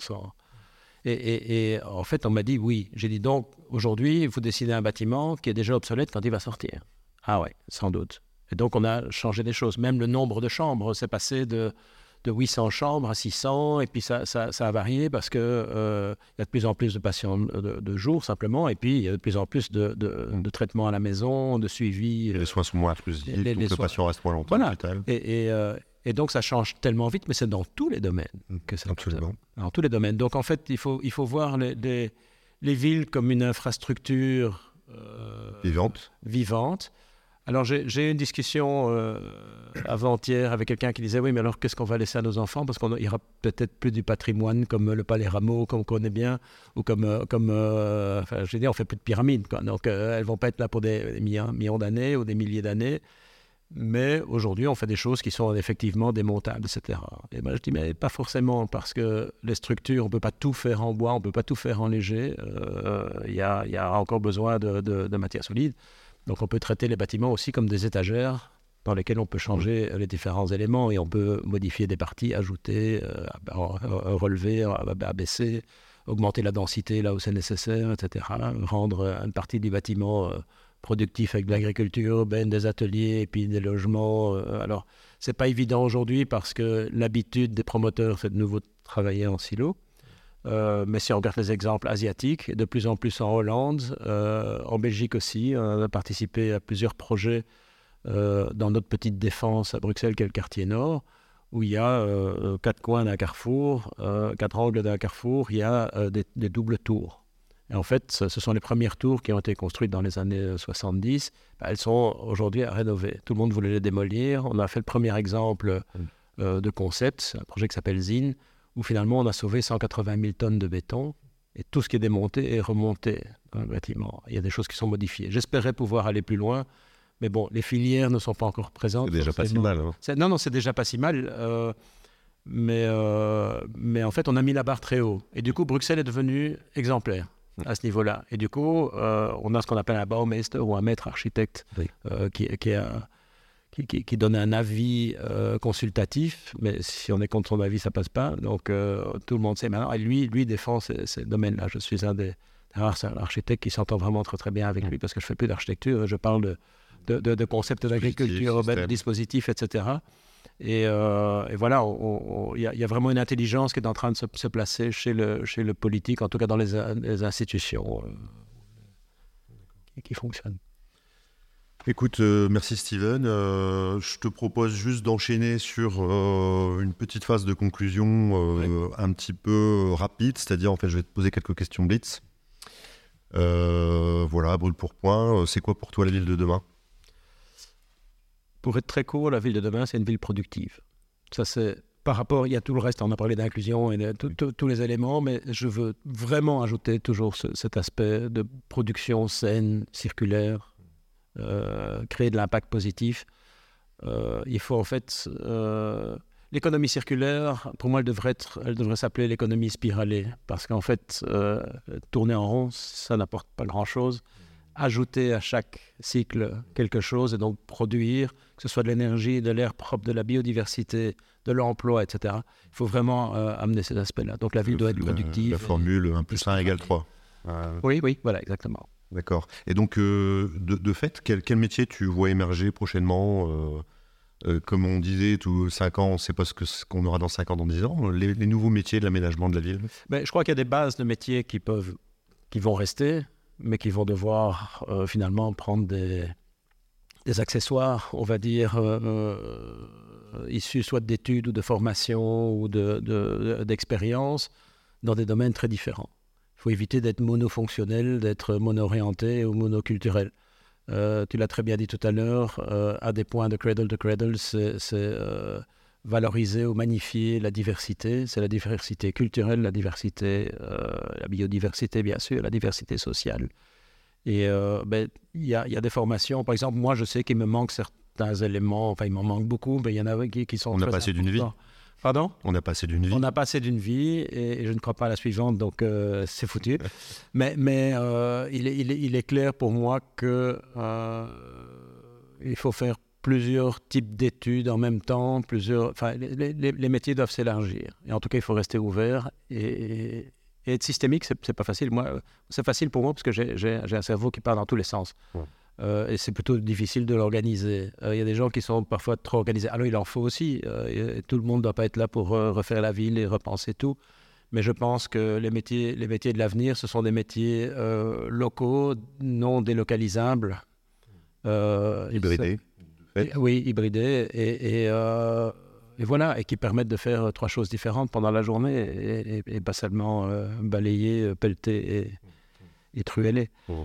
Et en fait, on m'a dit oui. J'ai dit donc, aujourd'hui, vous dessinez un bâtiment qui est déjà obsolète quand il va sortir. Ah ouais, sans doute. Et donc, on a changé des choses. Même le nombre de chambres s'est passé de 800 chambres à 600, et puis ça a varié parce qu'il y a de plus en plus de patients de jour, simplement, et puis il y a de plus en plus de traitements à la maison, de suivi. Les soins sont moins intrusifs, donc le patient reste moins longtemps à l'hôpital. Et donc ça change tellement vite, mais c'est dans tous les domaines que c'est. Absolument. Dans tous les domaines. Donc en fait, il faut voir les villes comme une infrastructure vivante. Alors, j'ai eu une discussion avant-hier avec quelqu'un qui disait « Oui, mais alors, qu'est-ce qu'on va laisser à nos enfants ?» Parce qu'il n'y aura peut-être plus du patrimoine comme le Palais Rameau, comme on connaît bien, ou enfin, je veux dire, on ne fait plus de pyramides, quoi. Donc, elles ne vont pas être là pour des millions d'années ou des milliers d'années. Mais aujourd'hui, on fait des choses qui sont effectivement démontables, etc. Et moi, je dis « Mais pas forcément, parce que les structures, on ne peut pas tout faire en bois, on ne peut pas tout faire en léger. Il y a encore besoin de matières solides. » Donc on peut traiter les bâtiments aussi comme des étagères dans lesquelles on peut changer les différents éléments et on peut modifier des parties, ajouter, relever, abaisser, augmenter la densité là où c'est nécessaire, etc. Rendre une partie du bâtiment productif avec de l'agriculture urbaine, des ateliers et puis des logements. Alors c'est pas évident aujourd'hui parce que l'habitude des promoteurs c'est de nouveau de travailler en silo. Mais si on regarde les exemples asiatiques, de plus en plus en Hollande, en Belgique aussi, on a participé à plusieurs projets dans notre petite défense à Bruxelles, qui est le quartier nord, où il y a 4 coins d'un carrefour, 4 angles d'un carrefour, il y a des doubles tours. Et en fait, ce sont les premières tours qui ont été construites dans les années 70. Elles sont aujourd'hui à rénover. Tout le monde voulait les démolir. On a fait le premier exemple de concept, un projet qui s'appelle ZIN, où finalement on a sauvé 180 000 tonnes de béton et tout ce qui est démonté est remonté dans le bâtiment. Il y a des choses qui sont modifiées. J'espérais pouvoir aller plus loin, Mais bon, les filières ne sont pas encore présentes. C'est déjà pas si mal. Non, c'est déjà pas si mal. Mais en fait, on a mis la barre très haut. Et du coup, Bruxelles est devenue exemplaire à ce niveau-là. Et du coup, on a ce qu'on appelle un Baumeister ou un maître architecte qui donne un avis consultatif. Mais si on est contre son avis, ça passe pas. Donc, tout le monde sait maintenant. Et lui défend ces domaines-là. Je suis un des rares architectes qui s'entend vraiment très, très bien avec lui parce que je fais plus d'architecture. Je parle de concepts d'agriculture, de dispositifs, etc. Et voilà, il y a vraiment une intelligence qui est en train de se placer chez le politique, en tout cas dans les institutions qui fonctionnent. Écoute, merci Steven. Je te propose juste d'enchaîner sur une petite phase de conclusion un petit peu rapide, c'est-à-dire en fait je vais te poser quelques questions blitz. Voilà, brûle pour point. C'est quoi pour toi la ville de demain ? Pour être très court, la ville de demain, c'est une ville productive. Ça, c'est par rapport, il y a tout le reste, on a parlé d'inclusion et de tous les éléments, mais je veux vraiment ajouter toujours cet aspect de production saine, circulaire, créer de l'impact positif. Il faut en fait... l'économie circulaire, pour moi, elle devrait s'appeler l'économie spiralée, parce qu'en fait, tourner en rond, ça n'apporte pas grand-chose. Ajouter à chaque cycle quelque chose et donc produire, que ce soit de l'énergie, de l'air propre, de la biodiversité, de l'emploi, etc. Il faut vraiment amener ces aspects-là. Donc la ville doit être productive. La formule 1 + 1 = 3. Oui, voilà, exactement. D'accord. Et donc, de fait, quel métier tu vois émerger prochainement comme on disait, 5 ans, on ne sait pas ce qu'on aura dans 5 ans, dans 10 ans. Les nouveaux métiers de l'aménagement de la ville. Je crois qu'il y a des bases de métiers qui vont rester, mais qui vont devoir finalement prendre des accessoires, on va dire, issus soit d'études ou de formation ou d'expérience dans des domaines très différents. Il faut éviter d'être monofonctionnel, d'être mono-orienté ou monoculturel. Tu l'as très bien dit tout à l'heure, à des points de cradle, c'est valoriser ou magnifier la diversité. C'est la diversité culturelle, la diversité, la biodiversité bien sûr, la diversité sociale. Et il y a des formations. Par exemple, moi je sais qu'il me manque certains éléments, enfin il m'en manque beaucoup, mais il y en a qui sont très importants. On a passé d'une vie. Pardon ? On a passé d'une vie. On a passé d'une vie et je ne crois pas à la suivante, donc c'est foutu. mais il est clair pour moi que il faut faire plusieurs types d'études en même temps. Les métiers doivent s'élargir. Et en tout cas, il faut rester ouvert et être systémique, c'est pas facile. Moi, c'est facile pour moi parce que j'ai un cerveau qui part dans tous les sens. Ouais. Et c'est plutôt difficile de l'organiser. Il y a des gens qui sont parfois trop organisés. Alors, il en faut aussi. Tout le monde ne doit pas être là pour refaire la ville et repenser tout. Mais je pense que les métiers de l'avenir, ce sont des métiers locaux, non délocalisables. Hybridés. Oui, hybridés. Et voilà, et qui permettent de faire 3 choses différentes pendant la journée et pas seulement balayer, pelleter et trueler. Oh.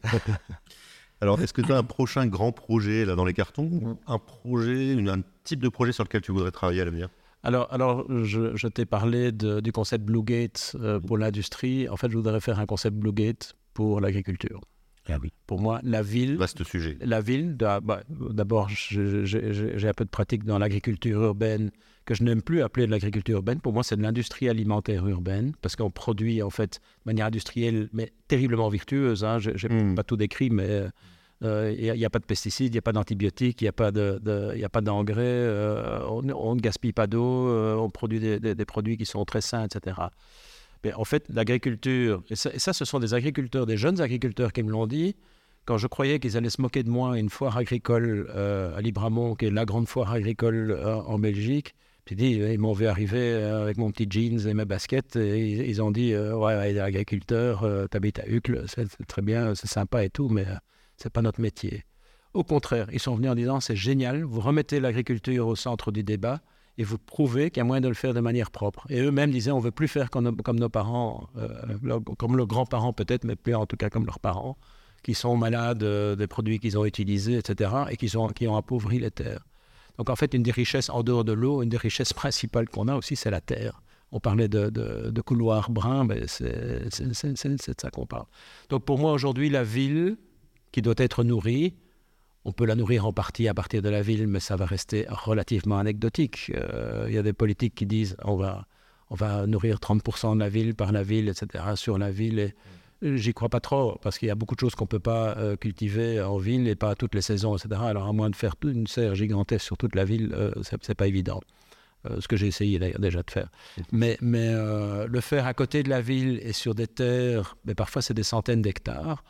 Alors, est-ce que tu as un prochain grand projet là dans les cartons ? Un projet, un type de projet sur lequel tu voudrais travailler à l'avenir ? Alors je t'ai parlé du concept Blue Gate pour l'industrie. En fait, je voudrais faire un concept Blue Gate pour l'agriculture. Ah oui. Pour moi, la ville... Vaste sujet. La ville, d'abord, j'ai un peu de pratique dans l'agriculture urbaine que je n'aime plus appeler de l'agriculture urbaine. Pour moi, c'est de l'industrie alimentaire urbaine parce qu'on produit, en fait, de manière industrielle, mais terriblement virtueuse. Hein. Je n'ai pas tout décrit, mais il n'y a pas de pesticides, il n'y a pas d'antibiotiques, il n'y a pas d'engrais, on ne gaspille pas d'eau, on produit des produits qui sont très sains, etc. Mais en fait, l'agriculture, et ça, ce sont des agriculteurs, des jeunes agriculteurs qui me l'ont dit, quand je croyais qu'ils allaient se moquer de moi à une foire agricole à Libramont, qui est la grande foire agricole en Belgique. Puis ils m'ont vu arriver avec mon petit jeans et mes baskets, et ils ont dit ouais, agriculteur, t'habites à Uccle, c'est très bien, c'est sympa et tout, mais c'est pas notre métier. Au contraire, ils sont venus en disant c'est génial, vous remettez l'agriculture au centre du débat, et vous prouvez qu'il y a moyen de le faire de manière propre. Et eux-mêmes disaient, on ne veut plus faire comme nos parents, comme leurs grands-parents peut-être, mais plus en tout cas comme leurs parents, qui sont malades des produits qu'ils ont utilisés, etc., et qui ont appauvri les terres. Donc en fait, une des richesses en dehors de l'eau, une des richesses principales qu'on a aussi, c'est la terre. On parlait de couloirs bruns, mais c'est de ça qu'on parle. Donc pour moi, aujourd'hui, la ville, qui doit être nourrie, On peut la nourrir en partie à partir de la ville, mais ça va rester relativement anecdotique. Il y a des politiques qui disent on va nourrir 30% de la ville par la ville, etc., sur la ville. Et j'y crois pas trop, parce qu'il y a beaucoup de choses qu'on ne peut pas cultiver en ville et pas à toutes les saisons, etc. Alors, à moins de faire une serre gigantesque sur toute la ville, c'est pas évident. Ce que j'ai essayé d'ailleurs déjà de faire. Mais le faire à côté de la ville et sur des terres, mais parfois c'est des centaines d'hectares,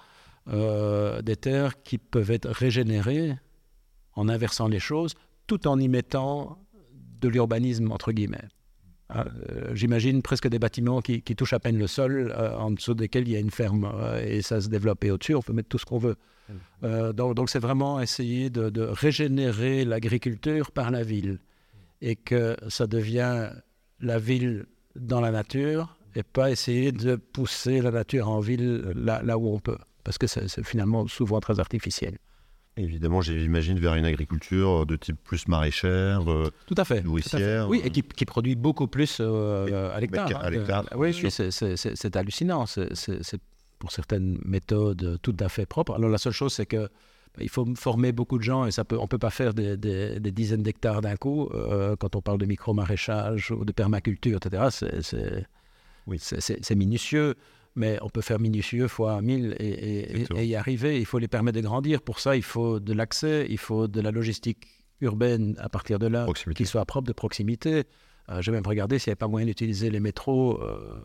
des terres qui peuvent être régénérées en inversant les choses, tout en y mettant de l'urbanisme, entre guillemets. J'imagine presque des bâtiments qui touchent à peine le sol, en dessous desquels il y a une ferme, et ça se développe. Et au-dessus, on peut mettre tout ce qu'on veut. Donc c'est vraiment essayer de régénérer l'agriculture par la ville, et que ça devient la ville dans la nature, et pas essayer de pousser la nature en ville là où on peut, parce que c'est finalement souvent très artificiel. Évidemment, j'imagine vers une agriculture de type plus maraîchère, tout à fait, nourricière. Oui, et qui produit beaucoup plus à l'hectare. À l'hectare. Oui, c'est hallucinant. C'est pour certaines méthodes tout à fait propres. Alors la seule chose, c'est que il faut former beaucoup de gens, et on ne peut pas faire des dizaines d'hectares d'un coup. Quand on parle de micro-maraîchage ou de permaculture, etc., c'est minutieux. Mais on peut faire minutieux fois 1000 et y arriver. Il faut les permettre de grandir. Pour ça, il faut de l'accès, il faut de la logistique urbaine à partir de là, qui soit propre, de proximité. J'ai même regardé s'il n'y avait pas moyen d'utiliser les métros,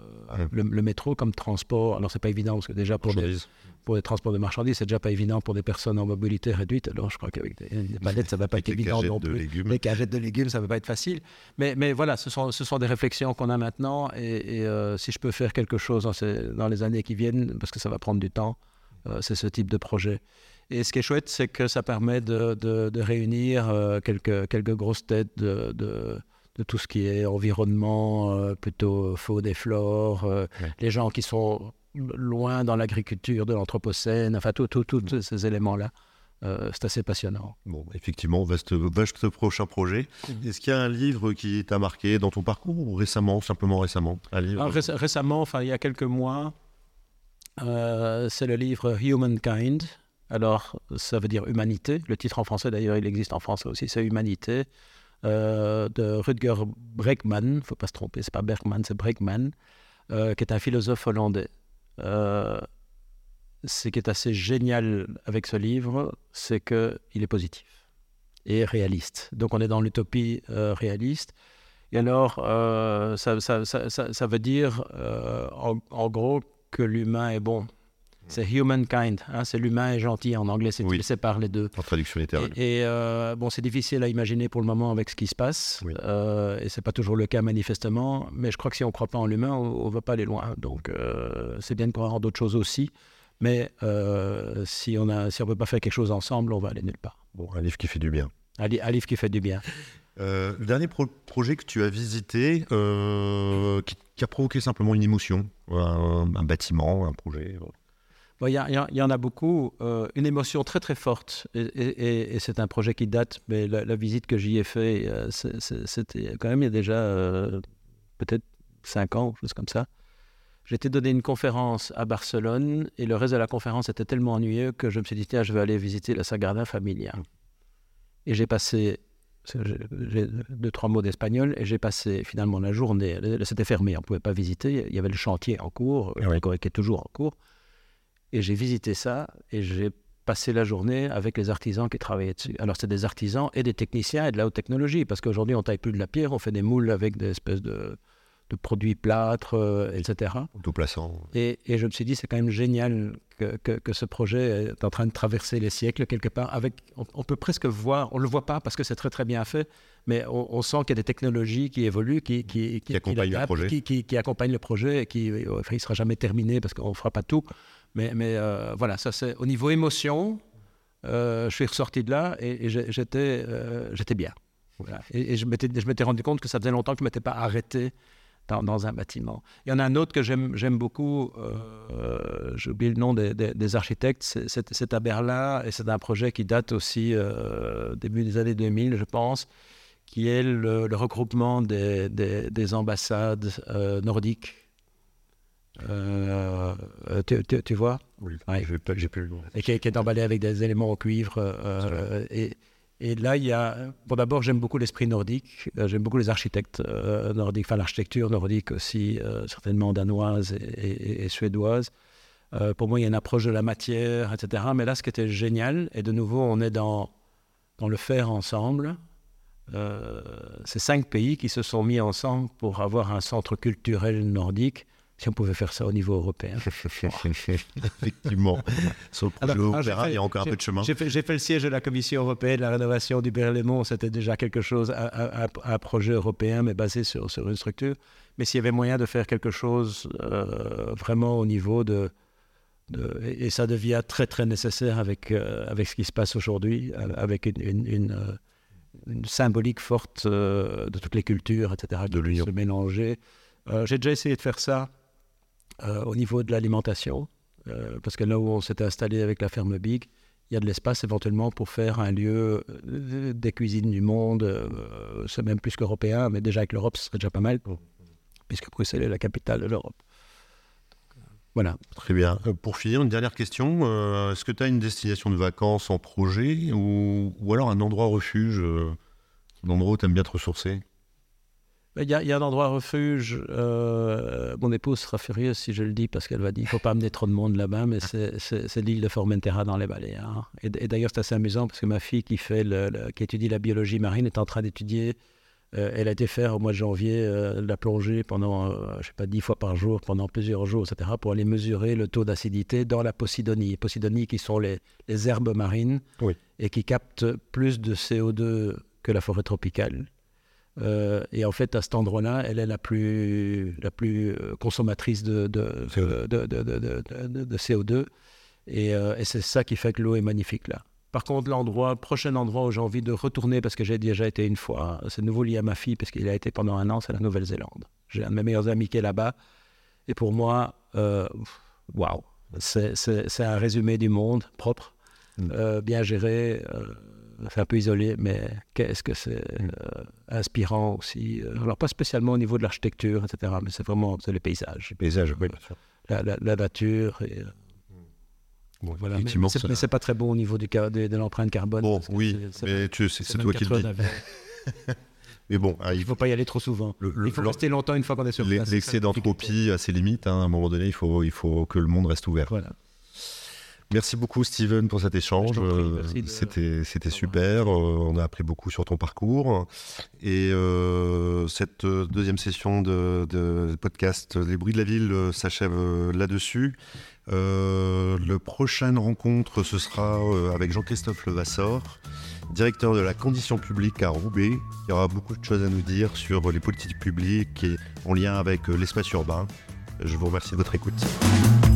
le métro comme transport. Alors, c'est pas évident, parce que déjà, pour des transports de marchandises, c'est déjà pas évident pour des personnes en mobilité réduite. Alors, je crois qu'avec des palettes, ça va pas être évident non plus. Les cagettes de légumes, ça va pas être facile. Mais voilà, ce sont des réflexions qu'on a maintenant. Et si je peux faire quelque chose dans les années qui viennent, parce que ça va prendre du temps, c'est ce type de projet. Et ce qui est chouette, c'est que ça permet de réunir quelques grosses têtes de tout ce qui est environnement, plutôt faune et flore, les gens qui sont loin dans l'agriculture de l'Anthropocène, enfin tous ces éléments-là. C'est assez passionnant. Bon, effectivement, vaste prochain projet. Est-ce qu'il y a un livre qui t'a marqué dans ton parcours, ou récemment, simplement récemment, un livre? Récemment, il y a quelques mois, c'est le livre Humankind. Alors, ça veut dire humanité. Le titre en français, d'ailleurs, il existe en français aussi, c'est Humanité. De Rutger Bregman, il ne faut pas se tromper, c'est pas Bergman, c'est Bregman, qui est un philosophe hollandais. Ce qui est assez génial avec ce livre, c'est qu'il est positif et réaliste. Donc on est dans l'utopie réaliste. Et alors, ça veut dire, en gros, que l'humain est bon. C'est humankind, c'est l'humain est gentil en anglais, il sépare les deux. En traduction littérale. Et c'est difficile à imaginer pour le moment avec ce qui se passe, et c'est pas toujours le cas manifestement, mais je crois que si on croit pas en l'humain, on va pas aller loin. Donc c'est bien de croire en d'autres choses aussi, mais si on peut pas faire quelque chose ensemble, on va aller nulle part. Bon, un livre qui fait du bien. Un livre qui fait du bien. Le dernier projet que tu as visité, qui a provoqué simplement une émotion, un bâtiment, un projet. Il y en a beaucoup. Une émotion très très forte, et c'est un projet qui date, mais la visite que j'y ai fait, c'était quand même il y a déjà peut-être 5 ans, chose comme ça. J'étais donné une conférence à Barcelone, et le reste de la conférence était tellement ennuyeux que je me suis dit, tiens, je vais aller visiter la Sagrada Familia. Et j'ai passé, j'ai 2-3 mots d'espagnol, et j'ai passé finalement la journée, c'était fermé, on ne pouvait pas visiter, il y avait le chantier en cours, qui est toujours en cours. Et j'ai visité ça, et j'ai passé la journée avec les artisans qui travaillaient dessus. Alors, c'est des artisans et des techniciens et de la haute technologie, parce qu'aujourd'hui, on ne taille plus de la pierre, on fait des moules avec des espèces de produits plâtres, etc. Autoplaçant. Et je me suis dit, c'est quand même génial que ce projet est en train de traverser les siècles quelque part. On peut presque voir, on ne le voit pas parce que c'est très très bien fait, mais on sent qu'il y a des technologies qui évoluent, qui accompagnent le projet. Qui accompagnent le projet, et il ne sera jamais terminé parce qu'on ne fera pas tout. Mais voilà, ça c'est au niveau émotion. Je suis ressorti de là et j'étais bien. Voilà. Et je m'étais rendu compte que ça faisait longtemps que je ne m'étais pas arrêté dans un bâtiment. Il y en a un autre que j'aime beaucoup, j'ai oublié le nom des architectes, c'est à Berlin, et c'est un projet qui date aussi début des années 2000, je pense, qui est le regroupement des ambassades nordiques. Tu vois? Oui, Ouais. j'ai plus le nom. Et qui est emballé avec des éléments en cuivre. Et là, il y a... Bon, d'abord, j'aime beaucoup l'esprit nordique. J'aime beaucoup les architectes nordiques, enfin l'architecture nordique aussi, certainement danoise et suédoise. Pour moi, il y a une approche de la matière, etc. Mais là, ce qui était génial, et de nouveau, on est dans le faire ensemble. C'est 5 pays qui se sont mis ensemble pour avoir un centre culturel nordique. Si on pouvait faire ça au niveau européen. Effectivement. Sur le projet Opéra, il y a encore un peu de chemin. J'ai fait le siège de la Commission européenne, la rénovation du Berlaymont, c'était déjà quelque chose, un projet européen, mais basé sur une structure. Mais s'il y avait moyen de faire quelque chose vraiment au niveau et ça devient très, très nécessaire avec ce qui se passe aujourd'hui, avec une symbolique forte de toutes les cultures, etc., de l'Union. Se mélanger. J'ai déjà essayé de faire ça au niveau de l'alimentation, parce que là où on s'était installé avec la ferme Big, il y a de l'espace éventuellement pour faire un lieu des cuisines du monde, c'est même plus qu'européen, mais déjà avec l'Europe, ce serait déjà pas mal, puisque Bruxelles est la capitale de l'Europe. Voilà. Très bien. Pour finir, une dernière question. Est-ce que tu as une destination de vacances en projet ou alors un endroit refuge, un endroit où tu aimes bien te ressourcer? Il y a un endroit refuge. Mon épouse sera furieuse si je le dis parce qu'elle va dire qu'il ne faut pas amener trop de monde là-bas, mais c'est l'île de Formentera dans les Baléares. Et d'ailleurs, c'est assez amusant parce que ma fille qui étudie la biologie marine est en train d'étudier. Elle a été faire au mois de janvier la plongée pendant, 10 fois par jour, pendant plusieurs jours, etc., pour aller mesurer le taux d'acidité dans la Posidonie. Posidonie qui sont les herbes marines et qui captent plus de CO2 que la forêt tropicale. Et en fait, à cet endroit-là, elle est la plus consommatrice de CO2. Et c'est ça qui fait que l'eau est magnifique là. Par contre, le prochain endroit où j'ai envie de retourner, parce que j'ai déjà été une fois, c'est de nouveau lié à ma fille, parce qu'il a été pendant 1 an, c'est la Nouvelle-Zélande. J'ai un de mes meilleurs amis qui est là-bas. Et pour moi, waouh, c'est un résumé du monde propre, bien géré. C'est un peu isolé, mais qu'est-ce que c'est inspirant aussi. Alors, pas spécialement au niveau de l'architecture, etc., mais c'est les paysages. Les paysages, oui, bien sûr. La nature. Et, bon, voilà. Mais c'est pas très bon au niveau de l'empreinte carbone. Bon, oui, mais c'est toi qui le dis. Mais bon, il ne faut pas y aller trop souvent. Il faut rester longtemps une fois qu'on est sur place. L'excès d'entropie a ses limites. À un moment donné, il faut que le monde reste ouvert. Voilà. Merci beaucoup Steven pour cet échange, c'était super, on a appris beaucoup sur ton parcours et cette deuxième session de podcast Les bruits de la ville s'achève là-dessus. La prochaine rencontre ce sera avec Jean-Christophe Levasseur, directeur de la condition publique à Roubaix. Il y aura beaucoup de choses à nous dire sur les politiques publiques et en lien avec l'espace urbain. Je vous remercie de votre écoute.